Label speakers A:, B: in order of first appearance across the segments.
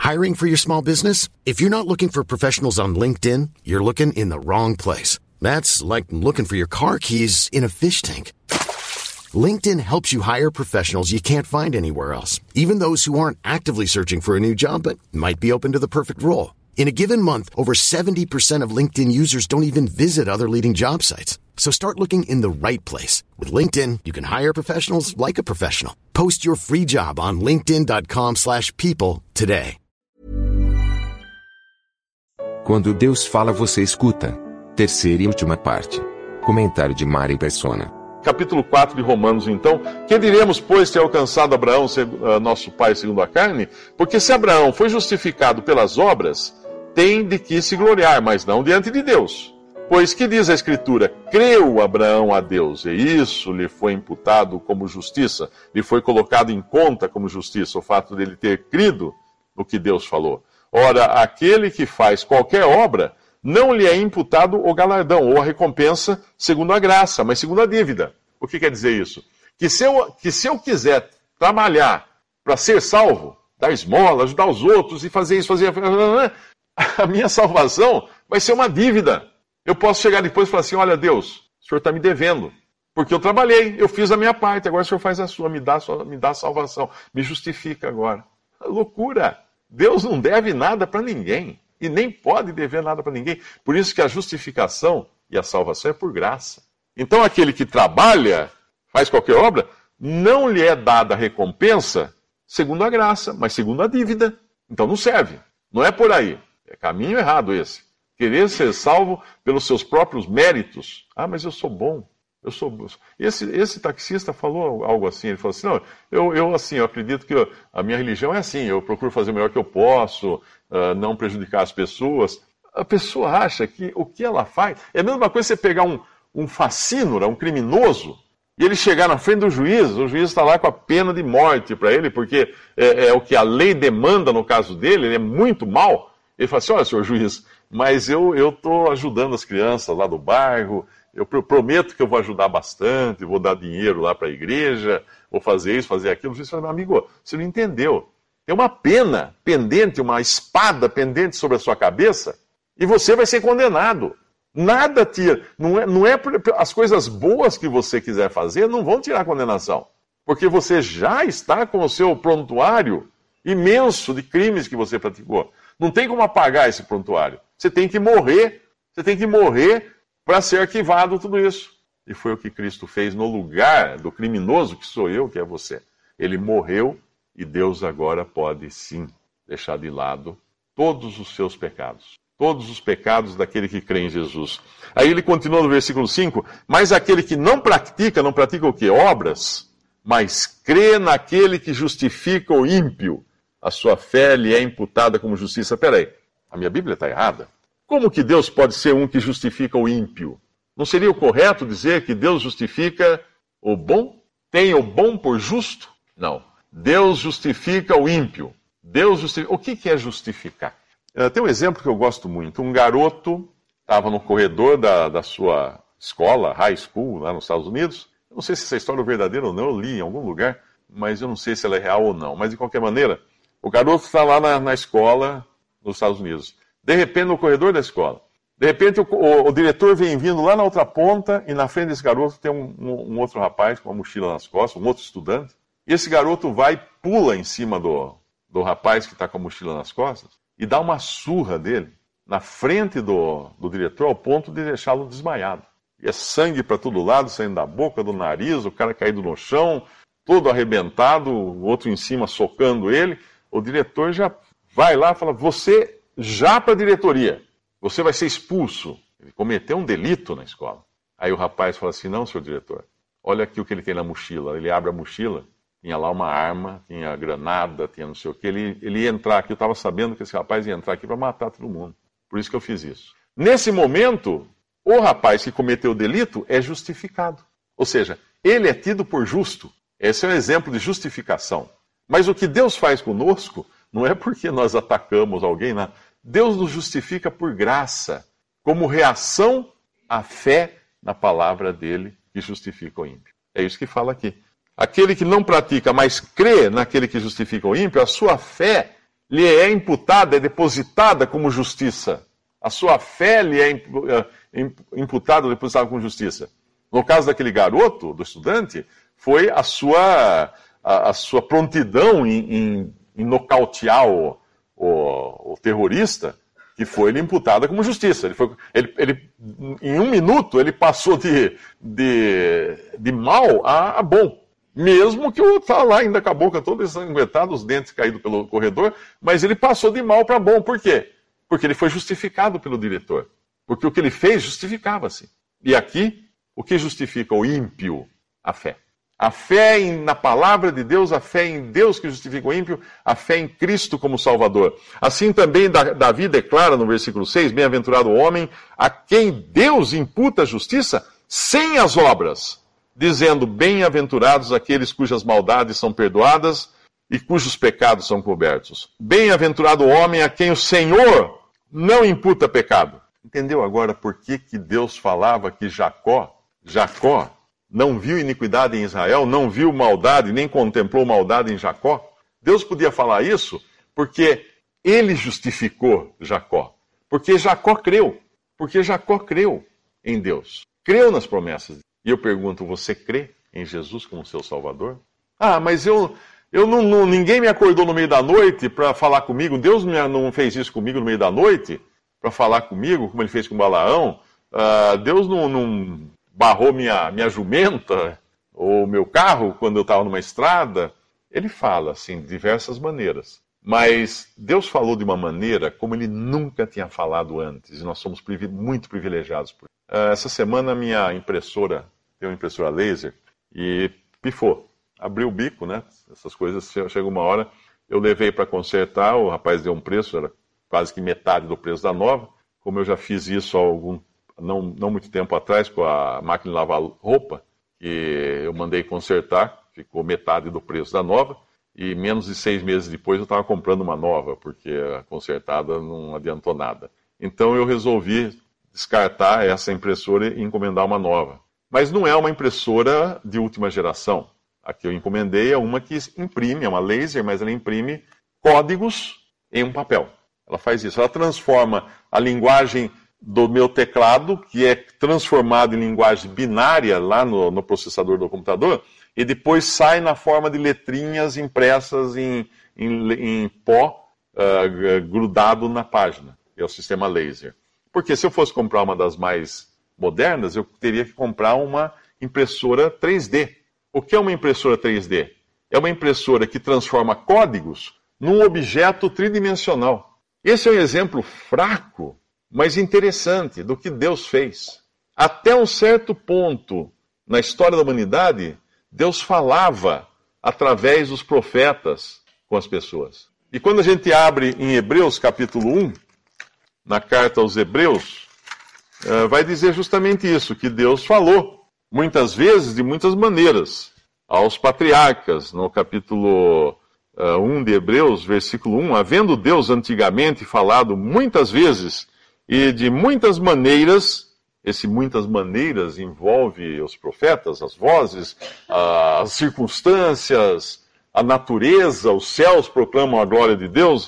A: Hiring for your small business? If you're not looking for professionals on LinkedIn, you're looking in the wrong place. That's like looking for your car keys in a fish tank. LinkedIn helps you hire professionals you can't find anywhere else, even those who aren't actively searching for a new job but might be open to the perfect role. In a given month, over 70% of LinkedIn users don't even visit other leading job sites. So start looking in the right place. With LinkedIn, you can hire professionals like a professional. Post your free job on linkedin.com/people today.
B: Quando Deus fala, você escuta. Terceira e última parte. Comentário de Mari Persona.
C: Capítulo 4 de Romanos, então. Que diremos, pois, ter alcançado Abraão, nosso pai segundo a carne? Porque se Abraão foi justificado pelas obras, tem de que se gloriar, mas não diante de Deus. Pois que diz a Escritura? Creu Abraão a Deus, e isso lhe foi imputado como justiça, lhe foi colocado em conta como justiça, o fato dele ter crido no que Deus falou. Ora, aquele que faz qualquer obra, não lhe é imputado o galardão, ou a recompensa, segundo a graça, mas segundo a dívida. O que quer dizer isso? Que se eu quiser trabalhar para ser salvo, dar esmola, ajudar os outros e fazer isso, a minha salvação vai ser uma dívida. Eu posso chegar depois e falar assim, olha Deus, o Senhor está me devendo, porque eu trabalhei, eu fiz a minha parte, agora o Senhor faz a sua, me dá a salvação, me justifica agora. Loucura! Deus não deve nada para ninguém. E nem pode dever nada para ninguém. Por isso que a justificação e a salvação é por graça. Então aquele que trabalha, faz qualquer obra, não lhe é dada a recompensa segundo a graça, mas segundo a dívida. Então não serve. Não é por aí. É caminho errado esse. Querer ser salvo pelos seus próprios méritos. Ah, mas eu sou bom. Esse taxista falou algo assim, ele falou assim, não, eu acredito que a minha religião é assim, eu procuro fazer o melhor que eu posso, não prejudicar as pessoas. A pessoa acha que o que ela faz, é a mesma coisa você pegar um facínora, um criminoso, e ele chegar na frente do juiz, o juiz está lá com a pena de morte para ele, porque é o que a lei demanda no caso dele, ele é muito mau. Ele fala assim, olha, senhor juiz, mas eu estou ajudando as crianças lá do bairro, eu prometo que eu vou ajudar bastante, vou dar dinheiro lá para a igreja, vou fazer isso, fazer aquilo. O juiz fala, meu amigo, você não entendeu. Tem uma pena pendente, uma espada pendente sobre a sua cabeça, e você vai ser condenado. Nada tira. Não é as coisas boas que você quiser fazer, não vão tirar a condenação. Porque você já está com o seu prontuário imenso de crimes que você praticou. Não tem como apagar esse prontuário. Você tem que morrer para ser arquivado tudo isso. E foi o que Cristo fez no lugar do criminoso, que sou eu, que é você. Ele morreu e Deus agora pode sim deixar de lado todos os seus pecados. Todos os pecados daquele que crê em Jesus. Aí ele continua no versículo 5, mas aquele que não pratica o quê? Obras, mas crê naquele que justifica o ímpio. A sua fé lhe é imputada como justiça. Peraí, a minha Bíblia está errada? Como que Deus pode ser um que justifica o ímpio? Não seria o correto dizer que Deus justifica o bom? Tem o bom por justo? Não. Deus justifica o ímpio. O que é justificar? Tem um exemplo que eu gosto muito. Um garoto estava no corredor da sua escola, high school, lá nos Estados Unidos. Eu não sei se essa história é verdadeira ou não, eu li em algum lugar, mas eu não sei se ela é real ou não. Mas, de qualquer maneira, o garoto está lá na escola nos Estados Unidos. De repente, no corredor da escola, de repente o diretor vem vindo lá na outra ponta e na frente desse garoto tem um outro rapaz com uma mochila nas costas, um outro estudante. E esse garoto vai e pula em cima do rapaz que está com a mochila nas costas e dá uma surra dele na frente do diretor ao ponto de deixá-lo desmaiado. E é sangue para todo lado, saindo da boca, do nariz, o cara caído no chão, todo arrebentado, o outro em cima socando ele. O diretor já vai lá e fala, você já para a diretoria, você vai ser expulso. Ele cometeu um delito na escola. Aí o rapaz fala assim, não, senhor diretor, olha aqui o que ele tem na mochila. Ele abre a mochila, tinha lá uma arma, tinha granada, tinha não sei o que. Ele ia entrar aqui, eu estava sabendo que esse rapaz ia entrar aqui para matar todo mundo. Por isso que eu fiz isso. Nesse momento, o rapaz que cometeu o delito é justificado. Ou seja, ele é tido por justo. Esse é um exemplo de justificação. Mas o que Deus faz conosco não é porque nós atacamos alguém, não. Deus nos justifica por graça, como reação à fé na palavra dele que justifica o ímpio. É isso que fala aqui. Aquele que não pratica, mas crê naquele que justifica o ímpio, a sua fé lhe é imputada, é depositada como justiça. A sua fé lhe é imputada, depositada como justiça. No caso daquele garoto, do estudante, foi a sua prontidão em nocautear o terrorista, que foi lhe imputada como justiça. Em 1 minuto, ele passou de mal a bom. Mesmo que o tá lá ainda com a boca toda ensanguentada, os dentes caídos pelo corredor, mas ele passou de mal para bom. Por quê? Porque ele foi justificado pelo diretor. Porque o que ele fez justificava-se. E aqui, o que justifica o ímpio? A fé. A fé na palavra de Deus, a fé em Deus que justifica o ímpio, a fé em Cristo como Salvador. Assim também Davi declara no versículo 6, bem-aventurado o homem a quem Deus imputa a justiça sem as obras, dizendo, bem-aventurados aqueles cujas maldades são perdoadas e cujos pecados são cobertos. Bem-aventurado o homem a quem o Senhor não imputa pecado. Entendeu agora por que Deus falava que Jacó não viu iniquidade em Israel, não viu maldade, nem contemplou maldade em Jacó? Deus podia falar isso porque ele justificou Jacó. Porque Jacó creu. Porque Jacó creu em Deus. Creu nas promessas. E eu pergunto, você crê em Jesus como seu Salvador? Ah, mas ninguém me acordou no meio da noite para falar comigo. Deus não fez isso comigo no meio da noite para falar comigo, como ele fez com Balaão. Deus não barrou minha jumenta ou meu carro quando eu estava numa estrada. Ele fala, assim, de diversas maneiras. Mas Deus falou de uma maneira como ele nunca tinha falado antes. E nós somos muito privilegiados por isso. Essa semana a minha impressora, tem uma impressora laser, e pifou. Abriu o bico, né? Essas coisas, chega uma hora, eu levei para consertar, o rapaz deu um preço, era quase que metade do preço da nova. Como eu já fiz isso não muito tempo atrás com a máquina de lavar roupa, que eu mandei consertar, ficou metade do preço da nova, e menos de 6 meses depois eu estava comprando uma nova, porque a consertada não adiantou nada. Então eu resolvi descartar essa impressora e encomendar uma nova. Mas não é uma impressora de última geração. A que eu encomendei é uma que imprime, é uma laser, mas ela imprime códigos em um papel. Ela faz isso, ela transforma a linguagem do meu teclado, que é transformado em linguagem binária lá no processador do computador, e depois sai na forma de letrinhas impressas em pó grudado na página. É o sistema laser. Porque se eu fosse comprar uma das mais modernas, eu teria que comprar uma impressora 3D. O que é uma impressora 3D? É uma impressora que transforma códigos num objeto tridimensional. Esse é um exemplo fraco, mas interessante, do que Deus fez. Até um certo ponto na história da humanidade, Deus falava através dos profetas com as pessoas. E quando a gente abre em Hebreus capítulo 1, na carta aos Hebreus, vai dizer justamente isso, que Deus falou, muitas vezes, de muitas maneiras, aos patriarcas, no capítulo 1 de Hebreus, versículo 1, havendo Deus antigamente falado muitas vezes e de muitas maneiras, esse muitas maneiras envolve os profetas, as vozes, as circunstâncias, a natureza, os céus proclamam a glória de Deus,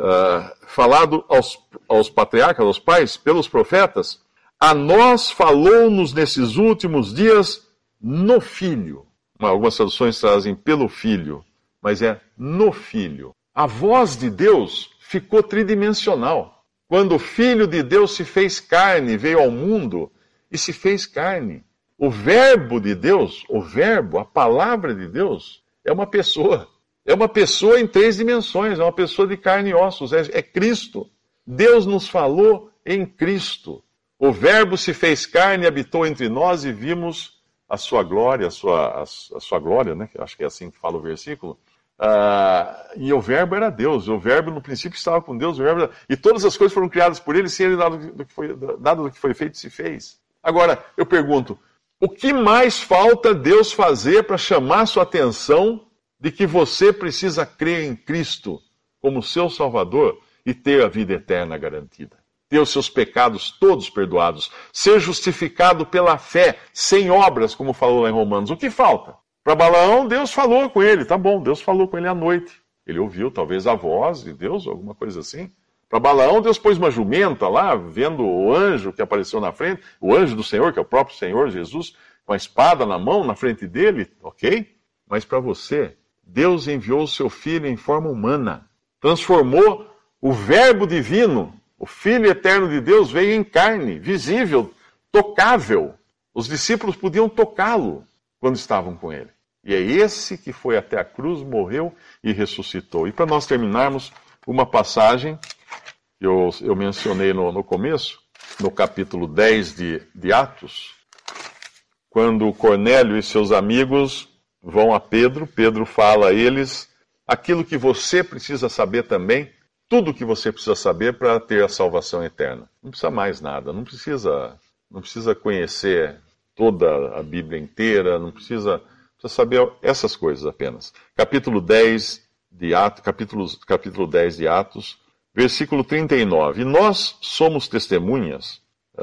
C: falado aos patriarcas, aos pais, pelos profetas, a nós falou-nos nesses últimos dias no Filho. Algumas traduções trazem pelo Filho, mas é no Filho. A voz de Deus ficou tridimensional. Quando o Filho de Deus se fez carne, veio ao mundo e se fez carne. O Verbo de Deus, o Verbo, a palavra de Deus, é uma pessoa. É uma pessoa em 3 dimensões, é uma pessoa de carne e ossos, é Cristo. Deus nos falou em Cristo. O Verbo se fez carne e habitou entre nós e vimos a sua glória, a sua glória, né? Acho que é assim que fala o versículo. E o Verbo era Deus, o Verbo no princípio estava com Deus, e todas as coisas foram criadas por Ele, sem Ele nada do que foi feito se fez. Agora, eu pergunto, o que mais falta Deus fazer para chamar sua atenção de que você precisa crer em Cristo como seu Salvador e ter a vida eterna garantida? Ter os seus pecados todos perdoados, ser justificado pela fé, sem obras, como falou lá em Romanos. O que falta? Para Balaão, Deus falou com ele, tá bom, Deus falou com ele à noite. Ele ouviu talvez a voz de Deus, alguma coisa assim. Para Balaão, Deus pôs uma jumenta lá, vendo o anjo que apareceu na frente, o anjo do Senhor, que é o próprio Senhor Jesus, com a espada na mão, na frente dele, ok? Mas para você, Deus enviou o seu Filho em forma humana, transformou o Verbo divino, o Filho eterno de Deus, veio em carne, visível, tocável. Os discípulos podiam tocá-lo quando estavam com ele. E é esse que foi até a cruz, morreu e ressuscitou. E para nós terminarmos, uma passagem que eu mencionei no começo, no capítulo 10 de Atos, quando Cornélio e seus amigos vão a Pedro, Pedro fala a eles aquilo que você precisa saber também, tudo o que você precisa saber para ter a salvação eterna. Não precisa mais nada, não precisa conhecer toda a Bíblia inteira, não precisa saber essas coisas apenas. Capítulo 10 de Atos, versículo 39. E nós somos testemunhas,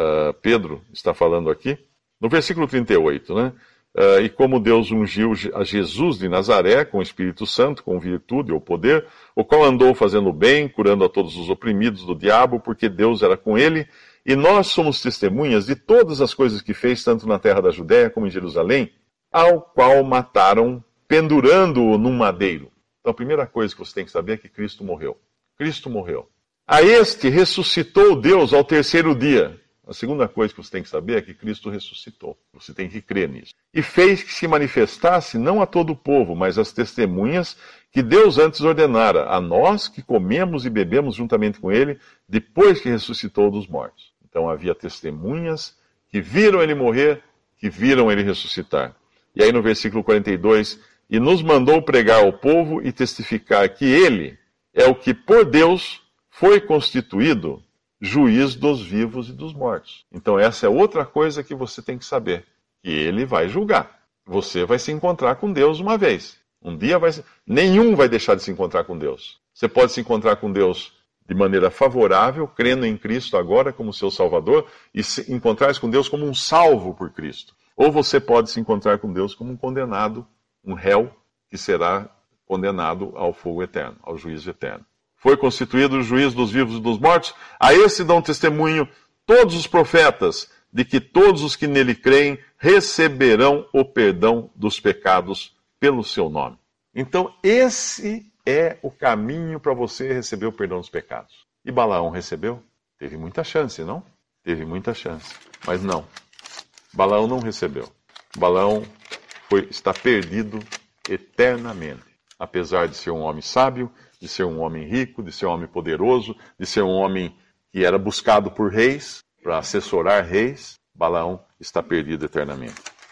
C: Pedro está falando aqui, no versículo 38, né? E como Deus ungiu a Jesus de Nazaré com o Espírito Santo, com virtude ou poder, o qual andou fazendo bem, curando a todos os oprimidos do diabo, porque Deus era com ele. E nós somos testemunhas de todas as coisas que fez, tanto na terra da Judéia como em Jerusalém, ao qual mataram, pendurando-o num madeiro. Então a primeira coisa que você tem que saber é que Cristo morreu. Cristo morreu. A este ressuscitou Deus ao terceiro dia. A segunda coisa que você tem que saber é que Cristo ressuscitou. Você tem que crer nisso. E fez que se manifestasse não a todo o povo, mas às testemunhas que Deus antes ordenara, a nós que comemos e bebemos juntamente com ele, depois que ressuscitou dos mortos. Então havia testemunhas que viram ele morrer, que viram ele ressuscitar. E aí no versículo 42, e nos mandou pregar ao povo e testificar que ele é o que por Deus foi constituído juiz dos vivos e dos mortos. Então essa é outra coisa que você tem que saber, que ele vai julgar. Você vai se encontrar com Deus uma vez. Um dia nenhum vai deixar de se encontrar com Deus. Você pode se encontrar com Deus de maneira favorável, crendo em Cristo agora como seu Salvador, e se encontrar com Deus como um salvo por Cristo. Ou você pode se encontrar com Deus como um condenado, um réu, que será condenado ao fogo eterno, ao juízo eterno. Foi constituído o juiz dos vivos e dos mortos. A esse dão testemunho todos os profetas, de que todos os que nele creem receberão o perdão dos pecados pelo seu nome. Então, esse é o caminho para você receber o perdão dos pecados. E Balaão recebeu? Teve muita chance, não? Teve muita chance. Mas não. Balaão não recebeu. Balaão está perdido eternamente. Apesar de ser um homem sábio, de ser um homem rico, de ser um homem poderoso, de ser um homem que era buscado por reis, para assessorar reis, Balaão está perdido eternamente.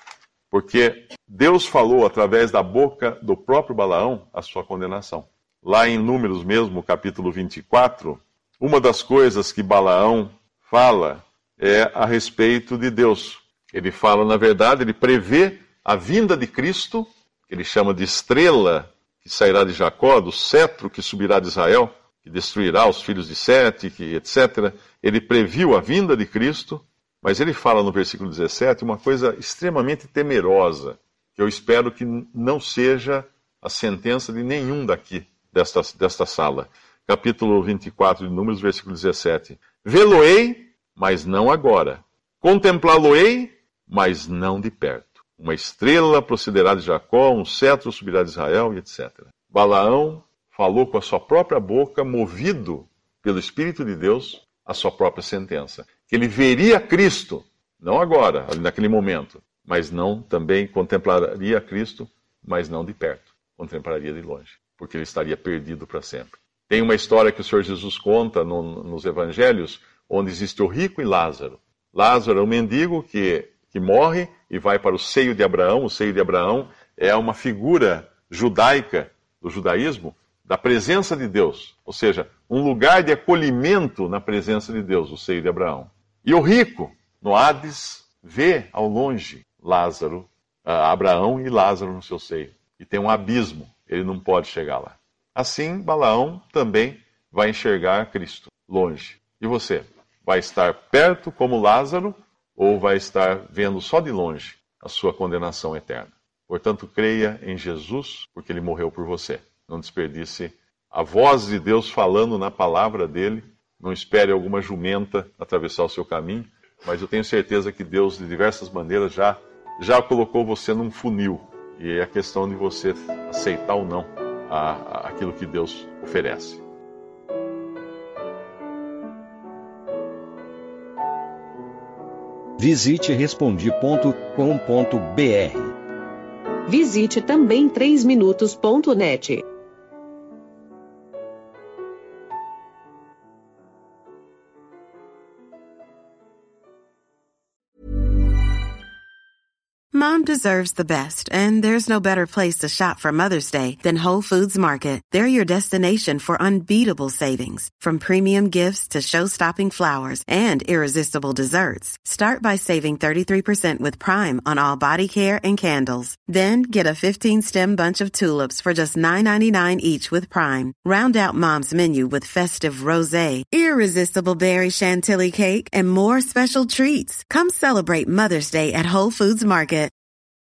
C: Porque Deus falou através da boca do próprio Balaão a sua condenação. Lá em Números mesmo, capítulo 24, uma das coisas que Balaão fala é a respeito de Deus. Ele fala, na verdade, ele prevê a vinda de Cristo, que ele chama de estrela que sairá de Jacó, do cetro que subirá de Israel, que destruirá os filhos de Sete, etc. Ele previu a vinda de Cristo, mas ele fala no versículo 17 uma coisa extremamente temerosa, que eu espero que não seja a sentença de nenhum daqui, desta sala. Capítulo 24 de Números, versículo 17. Vê-lo-ei, mas não agora. Contemplá-lo-ei, mas não de perto. Uma estrela procederá de Jacó, um cetro subirá de Israel, e etc. Balaão falou com a sua própria boca, movido pelo Espírito de Deus, a sua própria sentença. Que ele veria Cristo, não agora, naquele momento, mas não também contemplaria Cristo, mas não de perto. Contemplaria de longe, porque ele estaria perdido para sempre. Tem uma história que o Senhor Jesus conta nos evangelhos, onde existe o rico e Lázaro. Lázaro é um mendigo que morre e vai para o seio de Abraão. O seio de Abraão é uma figura judaica do judaísmo, da presença de Deus. Ou seja, um lugar de acolhimento na presença de Deus, o seio de Abraão. E o rico, no Hades, vê ao longe Lázaro, Abraão e Lázaro no seu seio. E tem um abismo, ele não pode chegar lá. Assim, Balaão também vai enxergar Cristo longe. E você? Vai estar perto como Lázaro ou vai estar vendo só de longe a sua condenação eterna? Portanto, creia em Jesus, porque ele morreu por você. Não desperdice a voz de Deus falando na palavra dele. Não espere alguma jumenta atravessar o seu caminho, mas eu tenho certeza que Deus, de diversas maneiras, já colocou você num funil. E é a questão de você aceitar ou não aquilo que Deus oferece.
D: Visite Respondi.com.br.
E: Visite também 3minutos.net.
F: Mom deserves the best, and there's no better place to shop for Mother's Day than Whole Foods Market. They're your destination for unbeatable savings, from premium gifts to show-stopping flowers and irresistible desserts. Start by saving 33% with Prime on all body care and candles. Then get a 15-stem bunch of tulips for just $9.99 each with Prime. Round out Mom's menu with festive rosé, irresistible berry chantilly cake, and more special treats. Come celebrate Mother's Day at Whole Foods Market.